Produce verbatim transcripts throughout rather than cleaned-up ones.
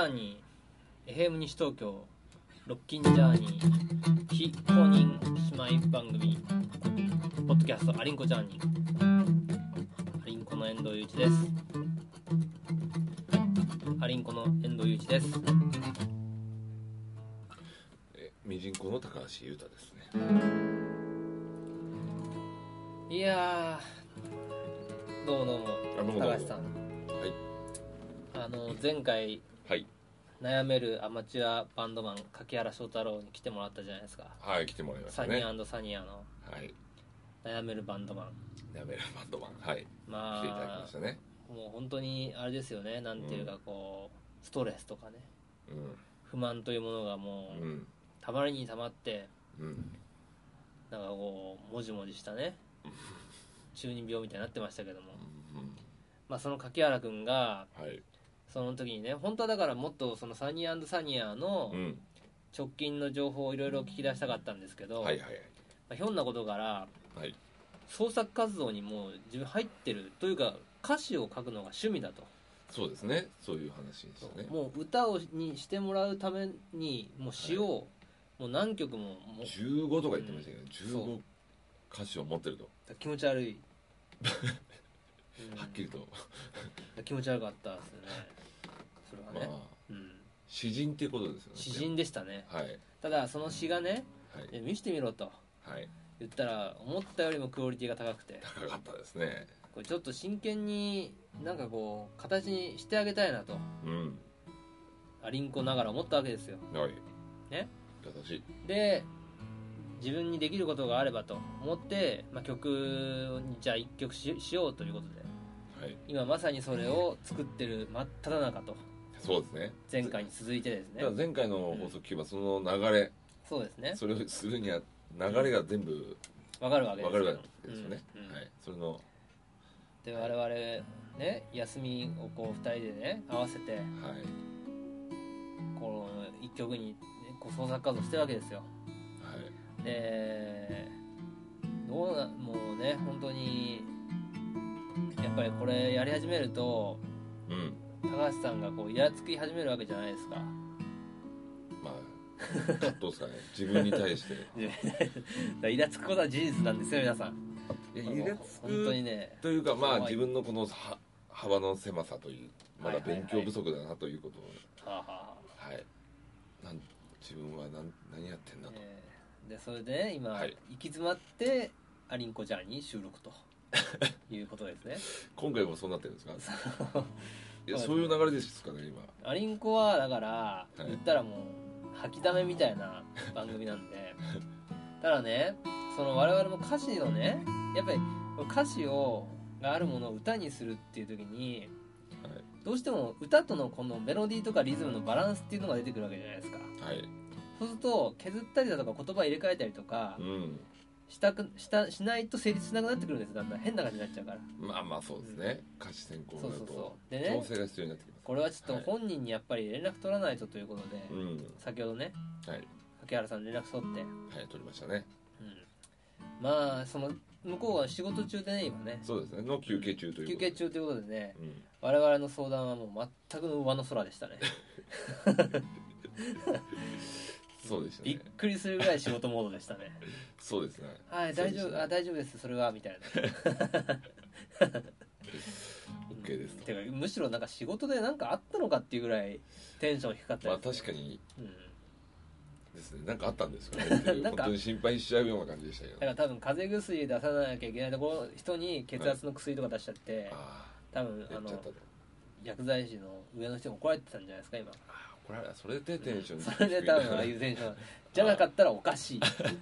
ャーニー エフエム 西東京ロッキンジャーニー非公認姉妹番組ポッドキャストアリンコジャーニー、アリンコの遠藤祐一です。アリンコの遠藤祐一です。 えミジンコの高橋優太ですね。 いやー、どうもどうも、 あどうもどうも高橋さん。 はい、 あの前回、 はい、 悩めるアマチュアバンドマン柿原翔太郎に来てもらったじゃないですか。 はい、来てもらいましたね。 サニー&サニアのはい悩めるバンドマン、 悩めるバンドマン、はい、 まあ、 来ていただきましたね。 もう本当にあれですよね、なんていうかこう、うん、ストレスとかね、 うん、 不満というものがもう、うん、たまりにたまって、うん、なんかこうもじもじしたね中二病みたいになってましたけども、うん、まあその柿原くんが、はい、その時にね、本当はだからもっとそのサニー&サニアの直近の情報をいろいろ聞き出したかったんですけど、はいはいはい、まあ、ひょんなことから、はい、創作活動にもう自分入ってるというか、歌詞を書くのが趣味だと。 そうですね、そういう話ですね。 もう歌をにしてもらうためにもう詩を、はい、もう何曲ももうじゅうごとか言ってましたけど、うん、じゅうご歌詞を持ってると気持ち悪いはっきりと気持ち悪かったですよね、それはね、まあ、 うん、詩人っていうことですよね。 詩人でしたね、 はい、ただその詩がね、はい、見せてみろと、はい、言ったら思ったよりもクオリティが高くて、 高かったですね。 これちょっと真剣になんかこう形にしてあげたいなと、うん、アリンコながら思ったわけですよ、はいね、 私で自分にできることがあればと思って、まあ、曲にじゃあいっきょく し, しようということで、はい、今まさにそれを作ってる真っ只中と。 そうですね、 前回に続いてですね。 だから前回の放送聞けばその流れ、うん、 そうですね、 それをするには流れが全部分かるわけですよ、 分かるわけですよね、うんうん、はい、それので我々ね、休みをこうふたりでね合わせて、はい、このいっきょくにこう創作活動してるわけですよ。でどうなもうね、本当にやっぱりこれやり始めると、うん、高橋さんがこうイラつき始めるわけじゃないですか。 まあ葛藤ですかね自分に対してイラつくことは事実なんですよ皆さん。 いやイラつく本当にねというか、まあ自分のこの幅の狭さという、まだ勉強不足だなということを、はいはいはい、なん自分は 何, 何やってんだと、えーでそれで、ね、今、はい、行き詰まってアリンコジャーニー収録ということですね今回もそうなってるんですかいやそういう流れですかね今。 アリンコはだから、はい、言ったらもう吐きだめみたいな番組なんでただね、その我々も歌詞のね、やっぱり歌詞をがあるものを歌にするっていう時に、はい、どうしても歌とのこのメロディーとかリズムのバランスっていうのが出てくるわけじゃないですか。はい、そうすると削ったりだとか言葉入れ替えたりとか、うん、したくしたしないと成立しなくなってくるんです。だんだん変な感じになっちゃうから。 まあまあそうですね、うん、歌詞選考だとそうそうそうで、 ね、 調整が必要になってきます。 これはちょっと本人にやっぱり連絡取らないとということで、うん、先ほどね、はい、柿原さん連絡取って、 はい取りましたね、 うん、まあその向こうは仕事中でね今ね。 そうですね、の休憩中ということで、 休憩中ということでね、うん、我々の相談はもう全くの上の空でしたねそうでしたね、 びっくりするぐらい仕事モードでしたねそうですね、 はい、大丈夫、ね、あ大丈夫ですそれはみたいな OK ですと。 てかむしろなんか仕事で何かあったのかっていうぐらいテンション低かったです、ね、 まあ確かに、うん、ですね、なんかあったんですかねっていう本当に心配しちゃうような感じでしたけど、 だから多分風邪薬出さなきゃいけないところ人に血圧の薬とか出しちゃって、はい、多分あの薬剤師の上の人に怒られてたんじゃないですか今。 これそれでテンション、 うん、それで多分ああいうテンションじゃなかったらおかしい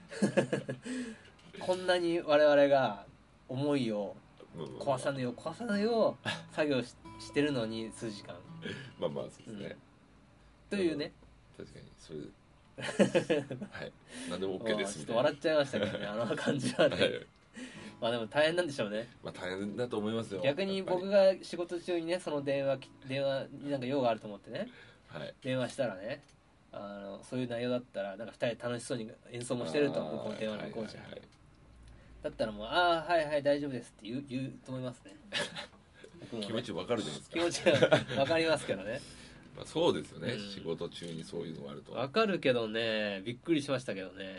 こんなに我々が思いを壊さねよ壊さねよ作業 し, してるのに数時間まあまあそうですね、 うん、というね、 確かにそれはい何でも OK ですみたいな、ちょっと笑っちゃいましたけどねあの感じはね、はい、まあでも大変なんでしょうね。 まあ大変だと思いますよ。 逆に僕が仕事中にねその電話電話になんか用があると思ってね、はい、電話したらね、あのそういう内容だったらなんかふたり楽しそうに演奏もしてると、向こうの電話の向こうじゃ、はいはいはい、だったらもうああはいはい大丈夫ですって言う、言うと思いますね気持ちわかるじゃないですか。 気持ちはわかりますけどねまあ、そうですよね、うん、仕事中にそういうのがあるとわかるけどね、びっくりしましたけどね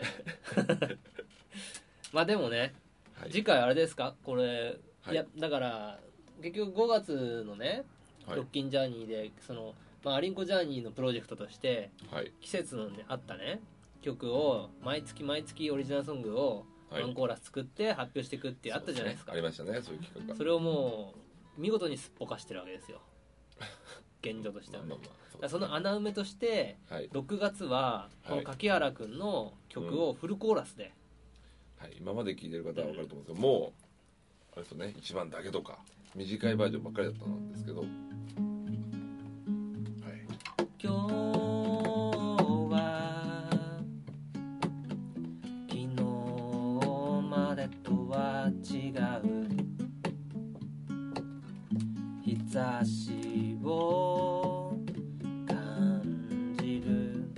まあでもね、はい、次回あれですかこれ、はい、いやだから結局ごがつのね、はい、ロッキンジャーニーでその、まあ、アリンコジャーニーのプロジェクトとして、はい、季節の、ね、あったね曲を毎月毎月オリジナルソングをワンコーラス作って発表していくってあったじゃないですか。 そうですね、ありましたね、そういう企画が。 それをもう見事にすっぽかしてるわけですよ現状としては、ねまあまあまあ そ, ね、その穴埋めとして、はい、ろくがつはこの柿原くんの曲をフルコーラスで、 はい、今まで聴いてる方は分かると思うんですけど、もうあれですよね、いちばんだけとか短いバージョンばっかりだったんですけど、はい、 今日は昨日までとは違う日差しを感じる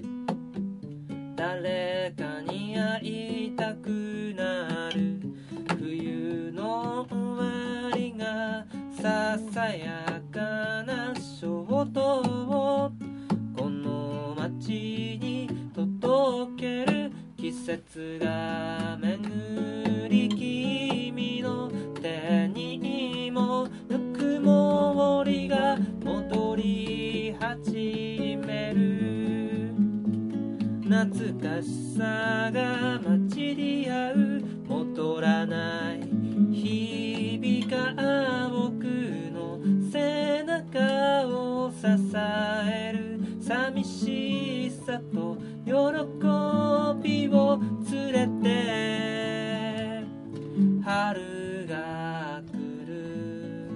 誰かに会いたくなる冬の終わりがささやかな衝動をこの街に届ける季節が巡り君の手にもぬくもりが戻り始める懐かしさが街に合う戻らない日々が僕の背中を支える寂しさと喜びを連れて春が来る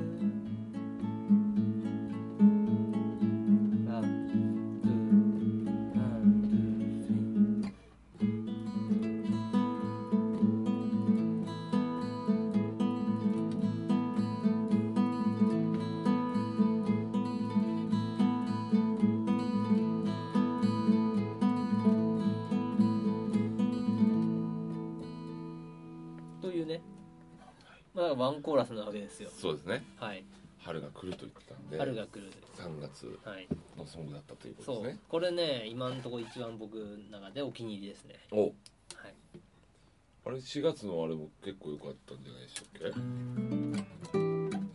というね、まあ、ワンコーラスなわけですよ。 そうですね、 はい、 春が来ると言ってたんで、春が来るさんがつのソングだったということですね、はい、 そうこれね今のところ一番僕の中でお気に入りですね。 お、はい、あれしがつのあれも結構良かったんじゃないでしたっけ。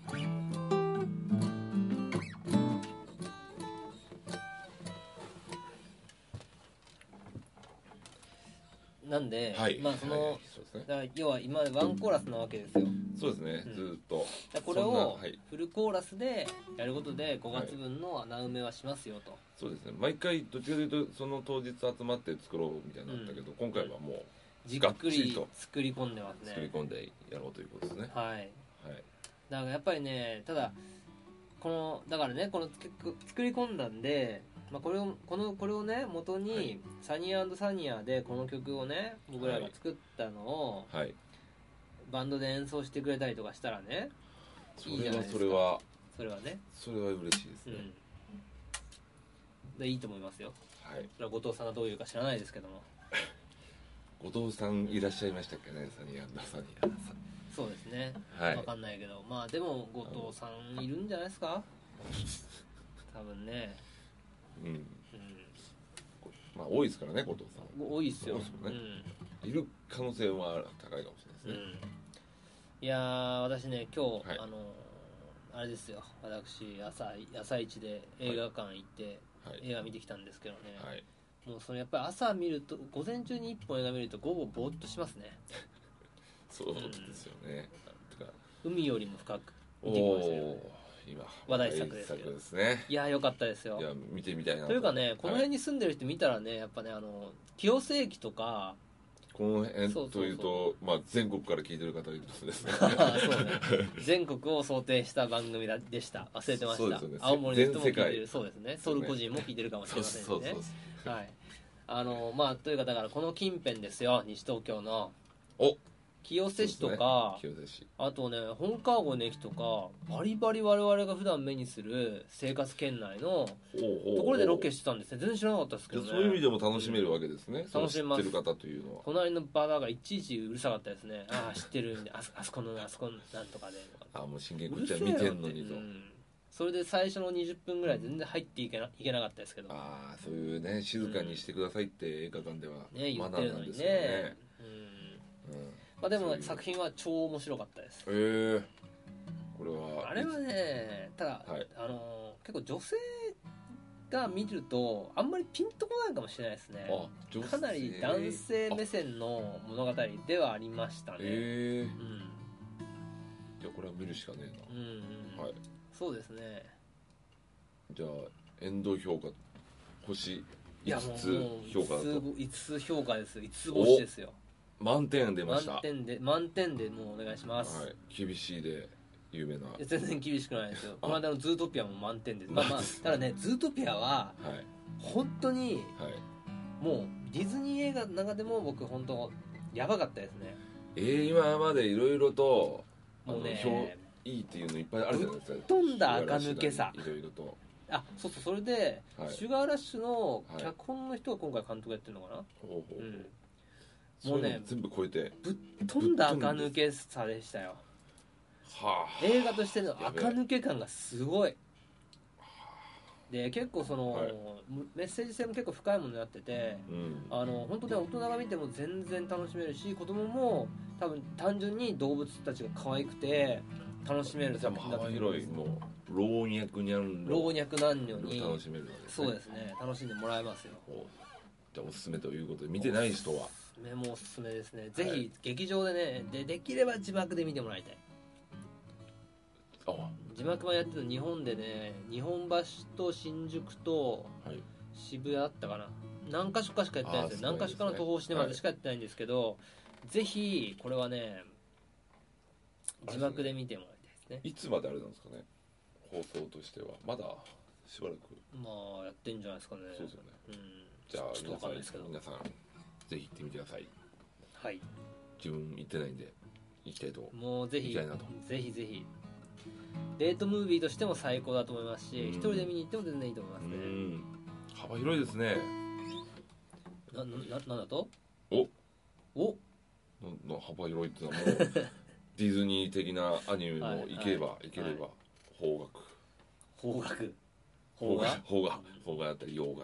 なんで、 はい、 まあその、はい、そうですね、だから要は今ワンコーラスなわけですよ。 そうですね、うん、ずっとこれをフルコーラスでやることでごがつぶんの穴埋めはしますよと、はい、 そうですね、毎回どっちかというとその当日集まって作ろうみたいになったけど、うん、今回はもうじっくり作り込んでますね。 作り込んでやろうということですね。 はい、はい、だからやっぱりね、ただこのだからねこの作り込んだんで、まあ、これをこのこれをね元に、はい、サニー&サニアでこの曲をね僕らが作ったのを、はい、バンドで演奏してくれたりとかしたらね、 いいじゃないですか。それはそれはねそれは嬉しいですね、 うん、でいいと思いますよ。はい、それは後藤さんがどういうか知らないですけども後藤さんいらっしゃいましたっけね、サニー&サニア。 そうですね、はい、分かんないけど、まあでも後藤さんいるんじゃないですか多分ね。 うん、うん、まあ多いですからね後藤さん。 多いですよ、ね、 うん、いる可能性は高いかもしれないですね、 うん、いやー私ね今日、はい、あのあれですよ、私朝朝一で映画館行って、はい、映画見てきたんですけどね、はい、もうそのやっぱり朝見ると午前中にいっぽん映画見ると午後ぼーっとしますねそうですよね、 うん、海よりも深く見てきましたよね。 今話題作ですけどですね。 いや良かったですよ。 いや見てみたいなと。 というかね、この辺に住んでる人見たらね、やっぱねあの清瀬駅とかこの辺というと、まあ全国から聞いてる方がいるとですねそうね、全国を想定した番組でした。忘れてました。そうですよね、青森の人も聞いてる。そうですね、トルコ人も聞いてるかもしれませんね。そうそうそう、はい、あのまあというかだからこの近辺ですよ、西東京のお清瀬市とか、 ね、清瀬市、 あとね本川越の駅とかバリバリ我々が普段目にする生活圏内のところでロケしてたんですね。全然知らなかったですけどね。 そういう意味でも楽しめるわけですね、うん、楽しめます。知ってる方というのは隣のババアがいちいちうるさかったですね。ああ知ってるんで、あそこのあそこなんとかで、 ああもう真剣こっちは見てんのにと、うん、 それで最初のにじゅっぷんぐらい全然入っていけな、いけなかったですけど、 ああそういうね静かにしてくださいって映画館ではマナーなんですよね。まあでも作品は超面白かったです。 へえー、これはあれはねただ、はい、あの結構女性が見るとあんまりピンとこないかもしれないですね。かなり男性目線の物語ではありましたね。へえー、うん、 じゃあこれは見るしかねえな。うん、うん、はい、 そうですね。 じゃあエンド評価星いつつ評価だといつつ評価です。いつつ星ですよ。 満点出ました。 満点で満点でもうお願いします、はい、 厳しいで有名な。いや全然厳しくないですよ。この間のズートピアも満点です。まあまあただねズートピアは、はい、本当に、はい、もうディズニー映画の中でも僕本当やばかったですね。 えー、今までいろいろともうねいいっていうのいっぱいあるじゃないですか。 飛んだ垢抜けさ。 いろいろと。 あ、そうそう、それで、はい、シュガーラッシュの脚本の人が今回監督やってるのかな。はい、うん、もうね全部超えてぶっ飛んだ垢抜けさでしたよ。はあ、映画としての垢抜け感がすごい。で結構その、はい、メッセージ性も結構深いものになってて、うん、あの本当ね大人が見ても全然楽しめるし、子供も多分単純に動物たちが可愛くて楽しめる作品だと思います。 幅広いもう老若にゃん老若男女に楽しめるわけですね。 そうですね、楽しんでもらえますよ。 じゃあおすすめということで見てない人はおすすめもおすすめですね。ぜひ、はい、劇場でね で, できれば字幕で見てもらいたい。字幕版やってるの日本でね、日本橋と新宿と渋谷だったかな、何か所かしかやってないんですよ。何か所かの東宝シネマでしかやってないんですけど、はい、ぜひこれはね字幕で見てもらいたいですね。 いつまであれなんですかね、放送としてはまだしばらくまあやってんじゃないですかね。 そうですよね、うん、じゃあ皆さん皆さんぜひ行ってみてください。はい、自分行ってないんで行きたいともうぜひ行きたいなと。ぜひぜひデートムービーとしても最高だと思いますし、一人で見に行っても全然いいと思いますね。うん、 幅広いですね。 な、な、なんだとおおの幅広いっていうのはもうディズニー的なアニメもいければ、はい、いければ、邦楽邦楽邦画邦画邦画だったり洋画、うん、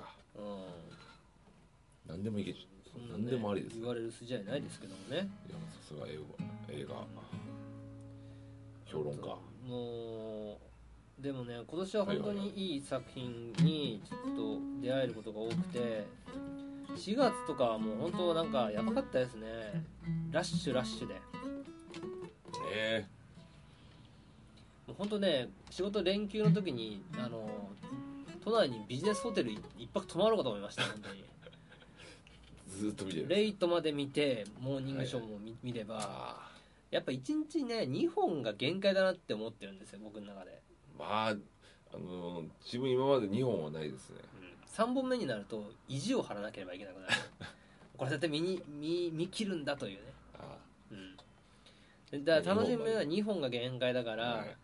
何でもいけ、何でもありです、ね、 言われる筋合いないですけどもね。いやさすが映画映画評論家。 もうでもね今年は本当にいい作品にちょっと出会えることが多くて、しがつとかはもう本当なんかやばかったですね。ラッシュラッシュでえー、もう本当ね仕事連休の時にあの都内にビジネスホテル一泊泊まろうかと思いました。本当にずっと見てる。 レイトまで見てモーニングショーも 見,、はい、見ればやっぱいちにちねにほんが限界だなって思ってるんですよ僕の中で。 まああの自分今までにほんはないですね、 うん、さんぼんめになると意地を張らなければいけなくなるこれ絶対 見, に 見, 見切るんだというね。ああ、うん、だから楽しみはにほんが限界だから、はい、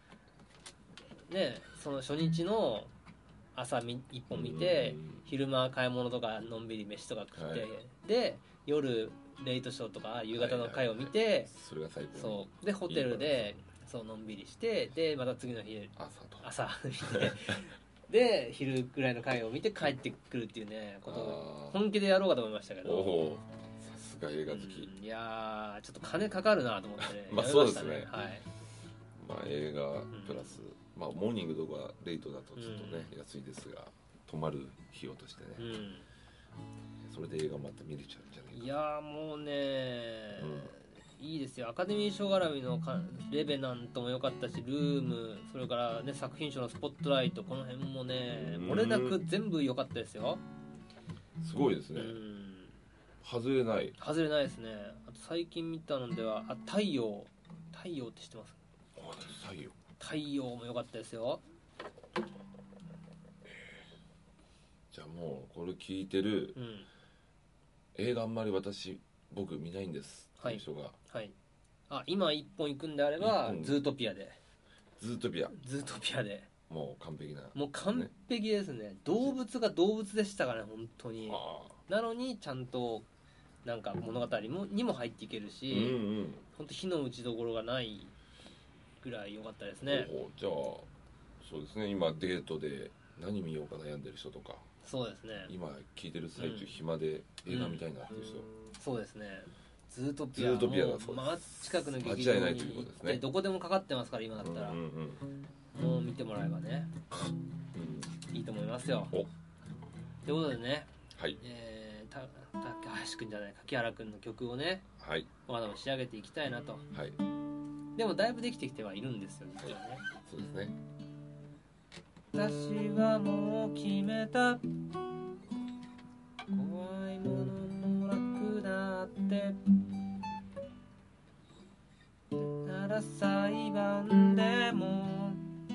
ねその初日の朝いっぽん見て昼間買い物とかのんびり飯とか食って、はい、で夜レイトショーとか夕方の回を見て、はいはいはい、 それが最高。 そうでホテルでそうのんびりしてでまた次の日朝と朝見てで昼ぐらいの回を見て帰ってくるっていうねことを本気でやろうかと思いましたけど。 おさすが映画好き、 うん、いやーちょっと金かかるなと思ってねまあそうですね、はい、まあ映画プラス、うん、まあモーニングとかレイトだとちょっとね、うん、安いですが泊まる費用としてね、うん、それで映画また見れちゃうんじゃないか。 いやもうね、うん、いいですよ。アカデミー賞絡みのレベナントも良かったしルームそれからね作品賞のスポットライトこの辺もね漏れなく全部良かったですよ。 すごいですね、うん、外れない外れないですね。あと最近見たのではあ太陽太陽って知ってます？ 太陽太陽も良かったですよ。 じゃあもうこれ聞いてる、うん、映画あんまり私僕見ないんです、 はい、 人が、 はい、あ今一本行くんであればズートピアでズートピアズートピアでもう完璧な、 もう完璧ですね。動物が動物でしたからね本当に。なのにちゃんとなんか物語もにも入っていけるし、うんうん、本当火の打ちどころがないぐらい良かったですね。 じゃあそうですね、今デートで何見ようか悩んでる人とか、 そうですね、 今聞いてる最中、うん、暇で映画見たいなっていう人、うん、 そうですね、ズートピア、 ズートピアだそうです、近くの劇場に行って、どこでもかかってますから今だったら、うんうんうん、もう見てもらえばね、うん、いいと思いますよ。ということでね、 はい、 えー、た高橋くんじゃない柿原くんの曲をね、 はい、 まだまだ仕上げていきたいなと、 はい、 でもだいぶできてきてはいるんですよ実はね。 そうですね。 私はもう決めた、怖いものも楽だってなら裁判でも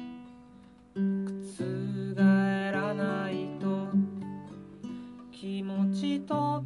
覆らないと気持ちと、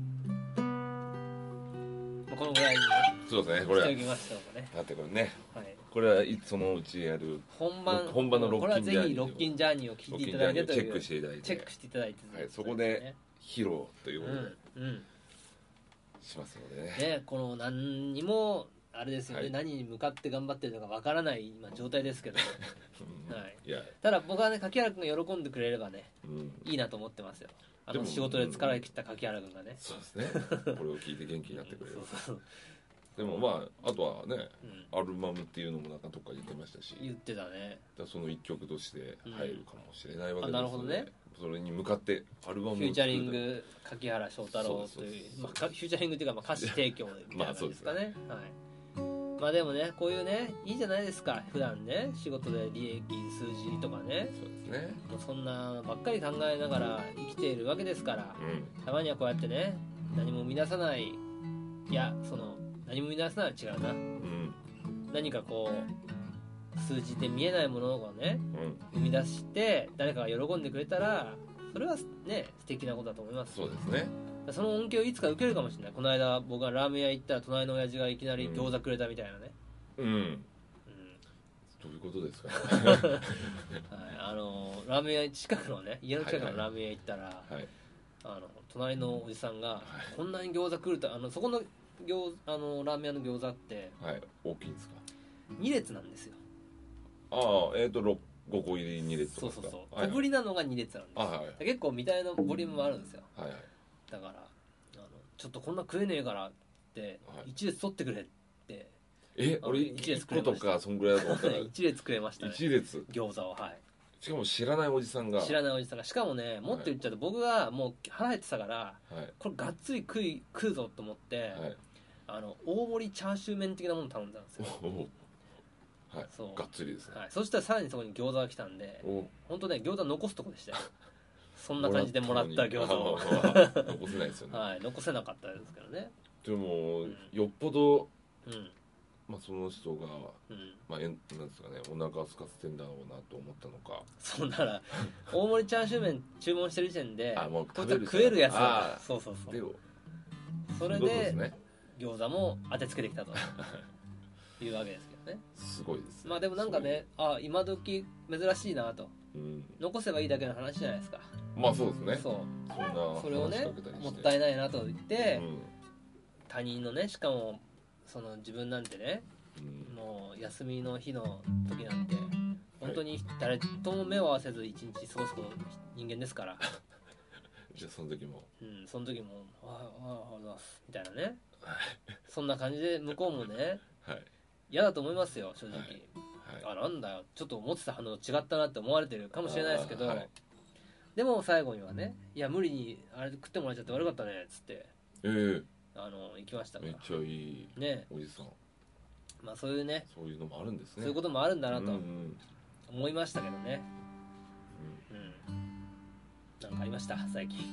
このぐらいにそうですね、これはしておきましょうかね。 だってこれね、 はい、 これはいつそのうちやる本番、 本番のロッキンジャーニー、 これはぜひロッキンジャーニーを聞いていただいてという、 チェックしていただいて、 チェックしていただいて、 はい、そこで披露ということで、 うんうん、 しますのでね。 ね、この何にもあれですよね、はい、何に向かって頑張ってるのかわからない今状態ですけど、はい、いやただ僕はね柿原君が喜んでくれればね、うん、いいなと思ってますよ。あの仕事で疲れ切った柿原君がね、 そうですね、これを聞いて元気になってくれる。そうそう、でもまああとはね、うん、アルバムっていうのもなんかどっか言ってましたし、 言ってたね。 だその一曲として入るかもしれないわけですので、うん、 なるほどね、 それに向かってアルバムをフューチャリング柿原翔太郎という、まあ、フューチャリングっていうかまあ歌詞提供みたいな感じですかね。まあ、はい、まあでもね、こういうねいいじゃないですか、普段ね仕事で利益数字とかね、 そうですね、 もうそんなばっかり考えながら生きているわけですから、うん、たまにはこうやってね何も生み出さない、いやその何も生み出さないは違うな、うん、何かこう数字で見えないものをね、うん、生み出して誰かが喜んでくれたらそれはね素敵なことだと思います。 そうですね。 その恩恵をいつか受けるかもしれない。この間僕がラーメン屋行ったら隣の親父がいきなり餃子くれたみたいなね。 うん、うんうん、どういうことですか、 はい、あのラーメン屋近くのね家の近くのラーメン屋行ったら、はいはい、あの隣のおじさんが、はい、こんなに餃子来ると、あのそこの餃あのラーメン屋の餃子って、 はい、大きいんですか。 に列なんですよ。 ああ、えっ、ー、とごこ入りに列とかですか。 そうそうそう、はいはい、小ぶりなのがに列なんです、はいはい、結構見た目のボリュームもあるんですよ、はいはい、だからあのちょっとこんな食えねえからっていち列取ってくれって、 え俺いち列くれとかそんぐらいだと思ったらいち列くれましたね。いち列餃子を、はい、 しかも知らないおじさんが知らないおじさんがしかもね、もっと言っちゃうと僕がもう腹減ってたから、はい、これがっつり食い食うぞと思って、はい、あの大盛りチャーシュー麺的なもの頼んだんですよ。 はい、そうがっつりですね、 はい、そしたらさらにそこに餃子が来たんで、本当ね餃子残すとこでしたよそんな感じでもらった餃子を残せないですよね、 はい、残せなかったですけどね。 でも、うん、よっぽど、うん、まあ、その人が、うん、まあ、なんですかね、お腹空かせてんだろうなと思ったのか、 そうなら大盛りチャーシュー麺注文してる時点であもうこいつは食えるやつだ、そうそうそう、それで、ね、餃子も当てつけてきたというわけですけどね。 すごいですね。 まあでもなんかね、あ今時珍しいなと、うん、残せばいいだけの話じゃないですか。 まあそうですね。 そうそんなそれをねもったいないなと言って、うん、他人のねしかもその自分なんてね、うん、もう休みの日の時なんて本当に誰とも目を合わせず一日過ごす人間ですから。 じゃあその時も、 うん、その時もああああああみたいなね、そんな感じで向こうもね。はい嫌だと思いますよ正直、はいはい、あなんだよちょっと思ってた反応違ったなって思われてるかもしれないですけど、はい、でも最後にはねいや無理にあれ食ってもらっちゃって悪かったねっつって、えー、あの行きましたから。 めっちゃいい、ね、おじさん。 まあそういうねそういうのもあるんですね。 そういうこともあるんだなと思いましたけどね、うん、うん、なんかありました最近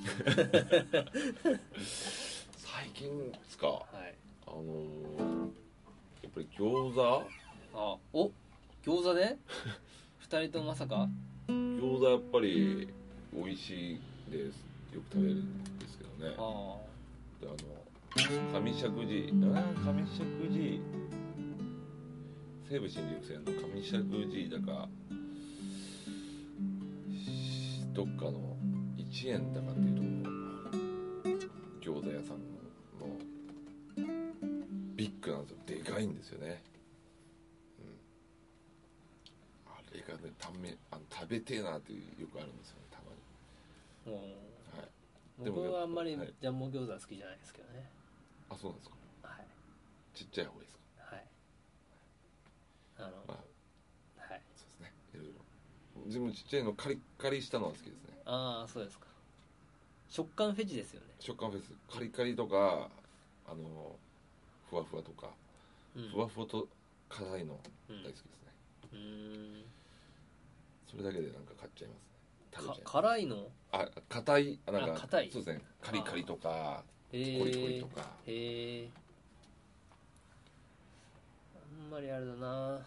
最近ですか、はい、あのーやっぱり餃子、 あお餃子でふたりともまさか餃子やっぱり美味しいです。よく食べるんですけどね。あであの上石神あ上石神西武新宿線の上石神だかどっかのいちえんだかっていうところ餃子屋さんのビッグなんですよ。でかいんですよね、うん、あれがやべためあの食べてえなっていうよくあるんですよね、たまに。 はい、僕はあんまりジャンボ餃子好きじゃないですけどね。 あ、そうなんですか。 はい。 ちっちゃい方がいいですか。 はい。あの、まあ、はい。 そうですね。いろいろ。自分ちっちゃいのカリカリしたのは好きですね。 ああ、そうですか。食感フェチですよね。 食感フェチ。カリカリとかあのふわふわとか、うん、ふわふわと辛いの大好きですね。うん、うーん。それだけでなんか買っちゃいますね。 食べちゃいます。辛いの？ あ、硬い、なんか硬い。 そうですね。カリカリとかコリコリとか。へえ。 あんまりあれだな。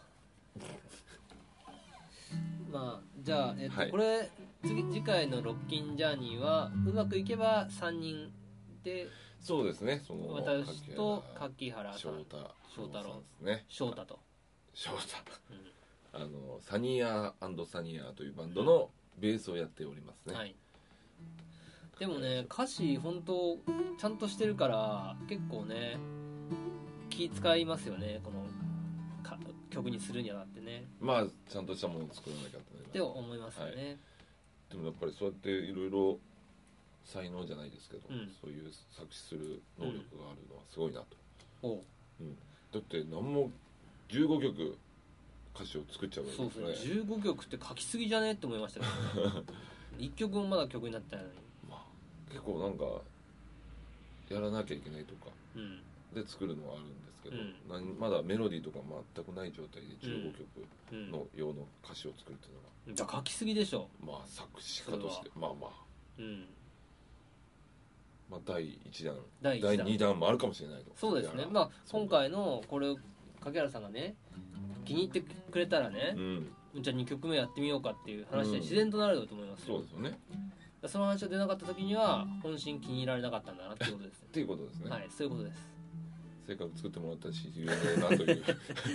まあじゃあ、えっと、はい、これ 次, 次回のロッキンジャーニーはうまくいけばさんにんで、 そうですね、その私と柿原さん、 翔太翔太郎ですね、 翔太と翔太、うん、あのサニア&サニアというバンドのベースをやっておりますね、はい。 でもね、歌詞本当ちゃんとしてるから結構ね気使いますよね、この曲にするにあたってね。 まあちゃんとしたものを作らなきゃって思いますよね、はい。 でもやっぱりそうやっていろいろ才能じゃないですけど、うん、そういう作詞する能力があるのはすごいなと、うんうん、だって何もじゅうごきょく歌詞を作っちゃうわけですね。そうですね、じゅうごきょくって書きすぎじゃねって思いましたけど、ね、いっきょくもまだ曲になってないのに、 まあ、結構なんかやらなきゃいけないとか、うんで作るのはあるんですけど、うん、まだメロディーとか全くない状態でじゅうごきょくの用の歌詞を作るっていうのが、 うん、じゃあ書きすぎでしょ。 まあ作詞家としてまあまあ、うん、まあだいいちだんだいにだんもあるかもしれないと。 そうですね、まあ今回のこれを柿原さんがね気に入ってくれたらね、うん、じゃあにきょくめやってみようかっていう話で自然となると思いますよ、 うん、そうですよね。 その話が出なかった時には本心気に入られなかったんだなっていうことですね。 っていうことですね。 はい、そういうことです。 せっかく作ってもらったし有名なという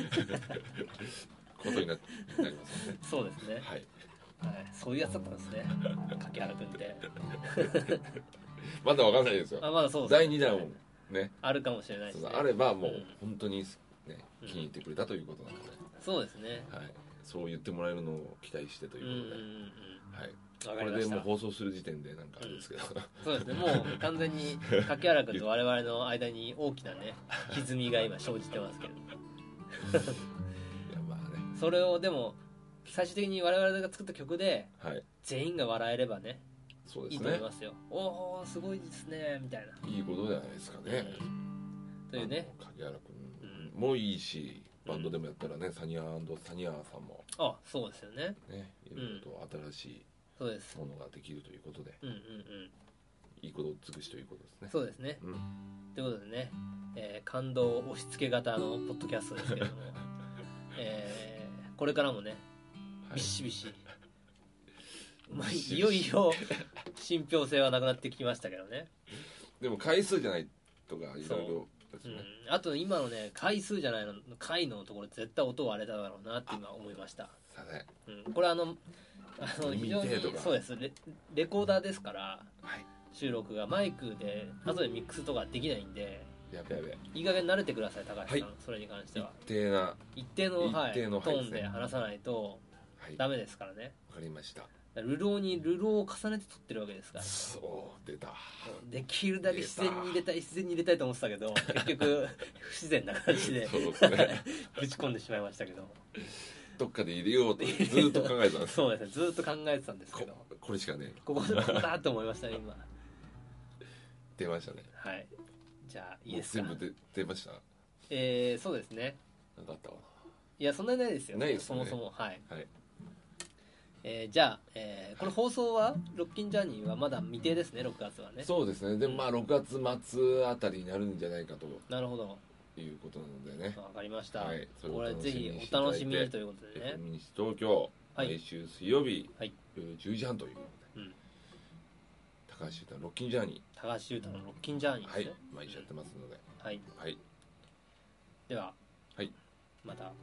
ことになりますよね。 そうですね、はいはい、そういうやつだったんですね柿原君ってまだわかんないですよ。 あ、まだそうです、 ね、だいにだんをねあるかもしれないですね。 あればもう本当に、ね、うん、気に入ってくれたということなので、 そうですね、 はい、そう言ってもらえるのを期待してということで、うんうんうん、はい、 これでもう放送する時点でなんかあれですけど、うん、 そうですね、もう完全に柿原君と我々の間に大きなね歪みが今生じてますけどいやまあね、それをでも最終的に我々が作った曲で、はい、全員が笑えればね、そうですね、いいと思いますよ。おおすごいですねみたいな、 いいことじゃないですかね、 うん、というね、 柿原君もいいし、バンドでもやったらね、うん、サニア&サニアさんも、 あ、そうですよね、 ね、いろいろと新しいものができるということで、うんうんうん、いいこと尽くしということですね。 そうですね、うん、ということでね、えー、感動押し付け型のポッドキャストですけれどもえー、これからもねビシビシ、はい、まあ、いよいよ信憑性はなくなってきましたけどね。 でも回数じゃないとかいろいろですね、 うん、あと今のね回数じゃないの回のところ絶対音割れただろうなって今思いました。うん、これあのあの非常にそうです レ, レコーダーですから、はい、収録がマイクで後でミックスとかできないんで、 やべやべ、 いい加減慣れてください高橋さん、はい、それに関しては一定な一定の、はい、一定のトーンで話さないとダメですからね。 わかりました。 ルローにルローを重ねて撮ってるわけですから、 そう出た、 できるだけ自然に入れたい自然に入れたいと思ってたけど結局不自然な感じでそうです、ね、ぶち込んでしまいましたけど、 どっかで入れようとずっと考えてたんですそうですね、ずっと考えてたんですけどこ, これしかねここでここだと思いましたね今出ましたね。 はい、じゃあいいですか。 全部出ました。 えー、そうですね。 なんかあったかな。 いやそんなにないですよ、 ないですね、 そもそも、はい、 はい。 えー、じゃあ、えー、この放送はロッキンジャーニーはまだ未定ですね、ろくがつはね。 そうですね、でもまあろくがつ末あたりになるんじゃないかと、 なるほどいうことなのでね。 わかりました、 はい、 これぜひお楽しみにということでね。 エフエム 西東京、はい、毎週水曜日、はい、夜じゅうじはんということで、うん、高橋優太のロッキンジャーニー、 高橋優太のロッキンジャーニーですね、はい、 毎週やってますので、 はい、はい、では、はい、また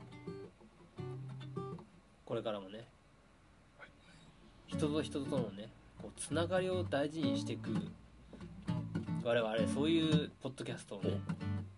これからもね、人と人とのねこうつながりを大事にしていく我々そういうポッドキャストをね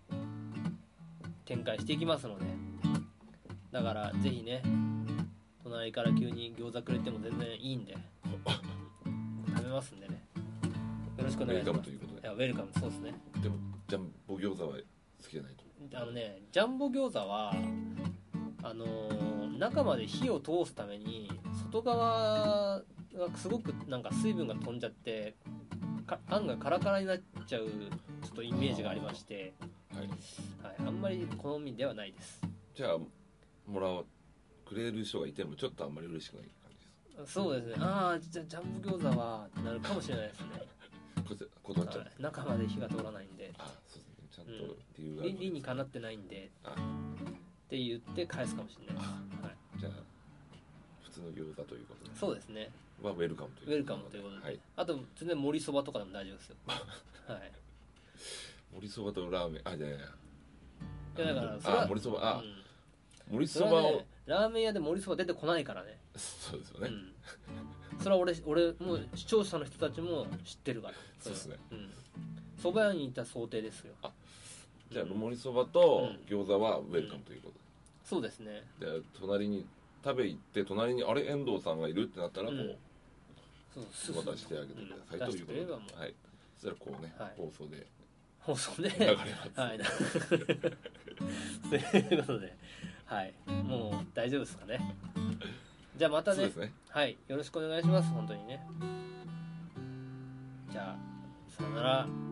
展開していきますので、だからぜひね隣から急に餃子くれても全然いいんで食べますんでね、よろしくお願いします。ウェルカムということで。いやウェルカム、そうですね。 でもジャンボ餃子は好きじゃないと。あのね、ジャンボ餃子はあのー、中まで火を通すために外側がすごくなんか水分が飛んじゃってあんがカラカラになっちゃうちょっとイメージがありまして、あ、はいはい、あんまり好みではないです。 じゃあもらうくれる人がいてもちょっとあんまり嬉しくない感じです。そうですね。ああ、じゃあジャンボ餃子はってなるかもしれないですね。 断っちゃう、はい、 中まで火が通らないんで、 あそうですね、ちゃんと理由がある、うん、理にかなってないんでって言って返すかもしれないです。はい、 じゃあ普通の餃子ということで、 そうですね、 はウェルカムということで、 ウェルカムということで、はい、あと全然盛りそばとかでも大丈夫ですよはい、 盛りそばとラーメン、あ、じゃあいやいやだからそれはあ盛りそば、あ、うん、盛りそばを、ね、 ラーメン屋で盛りそば出てこないからね。 そうですよね、うん、 それは俺俺もう視聴者の人たちも知ってるから。 そうですね、 そば、うん、屋にいた想定ですよ。 あ、じゃあ盛りそばと餃子はウェルカムということで、 うん、そうですね。 で隣に食べ行って隣にあれ遠藤さんがいるってなったらこう、うん、そう渡してあげてください、うん、ということで、はい、そしたらこうね、はい、放送で放送で流れます、 はいということで、はい、もう大丈夫ですかね。じゃあまた ね, ねはい、よろしくお願いします本当にね。じゃあさよなら。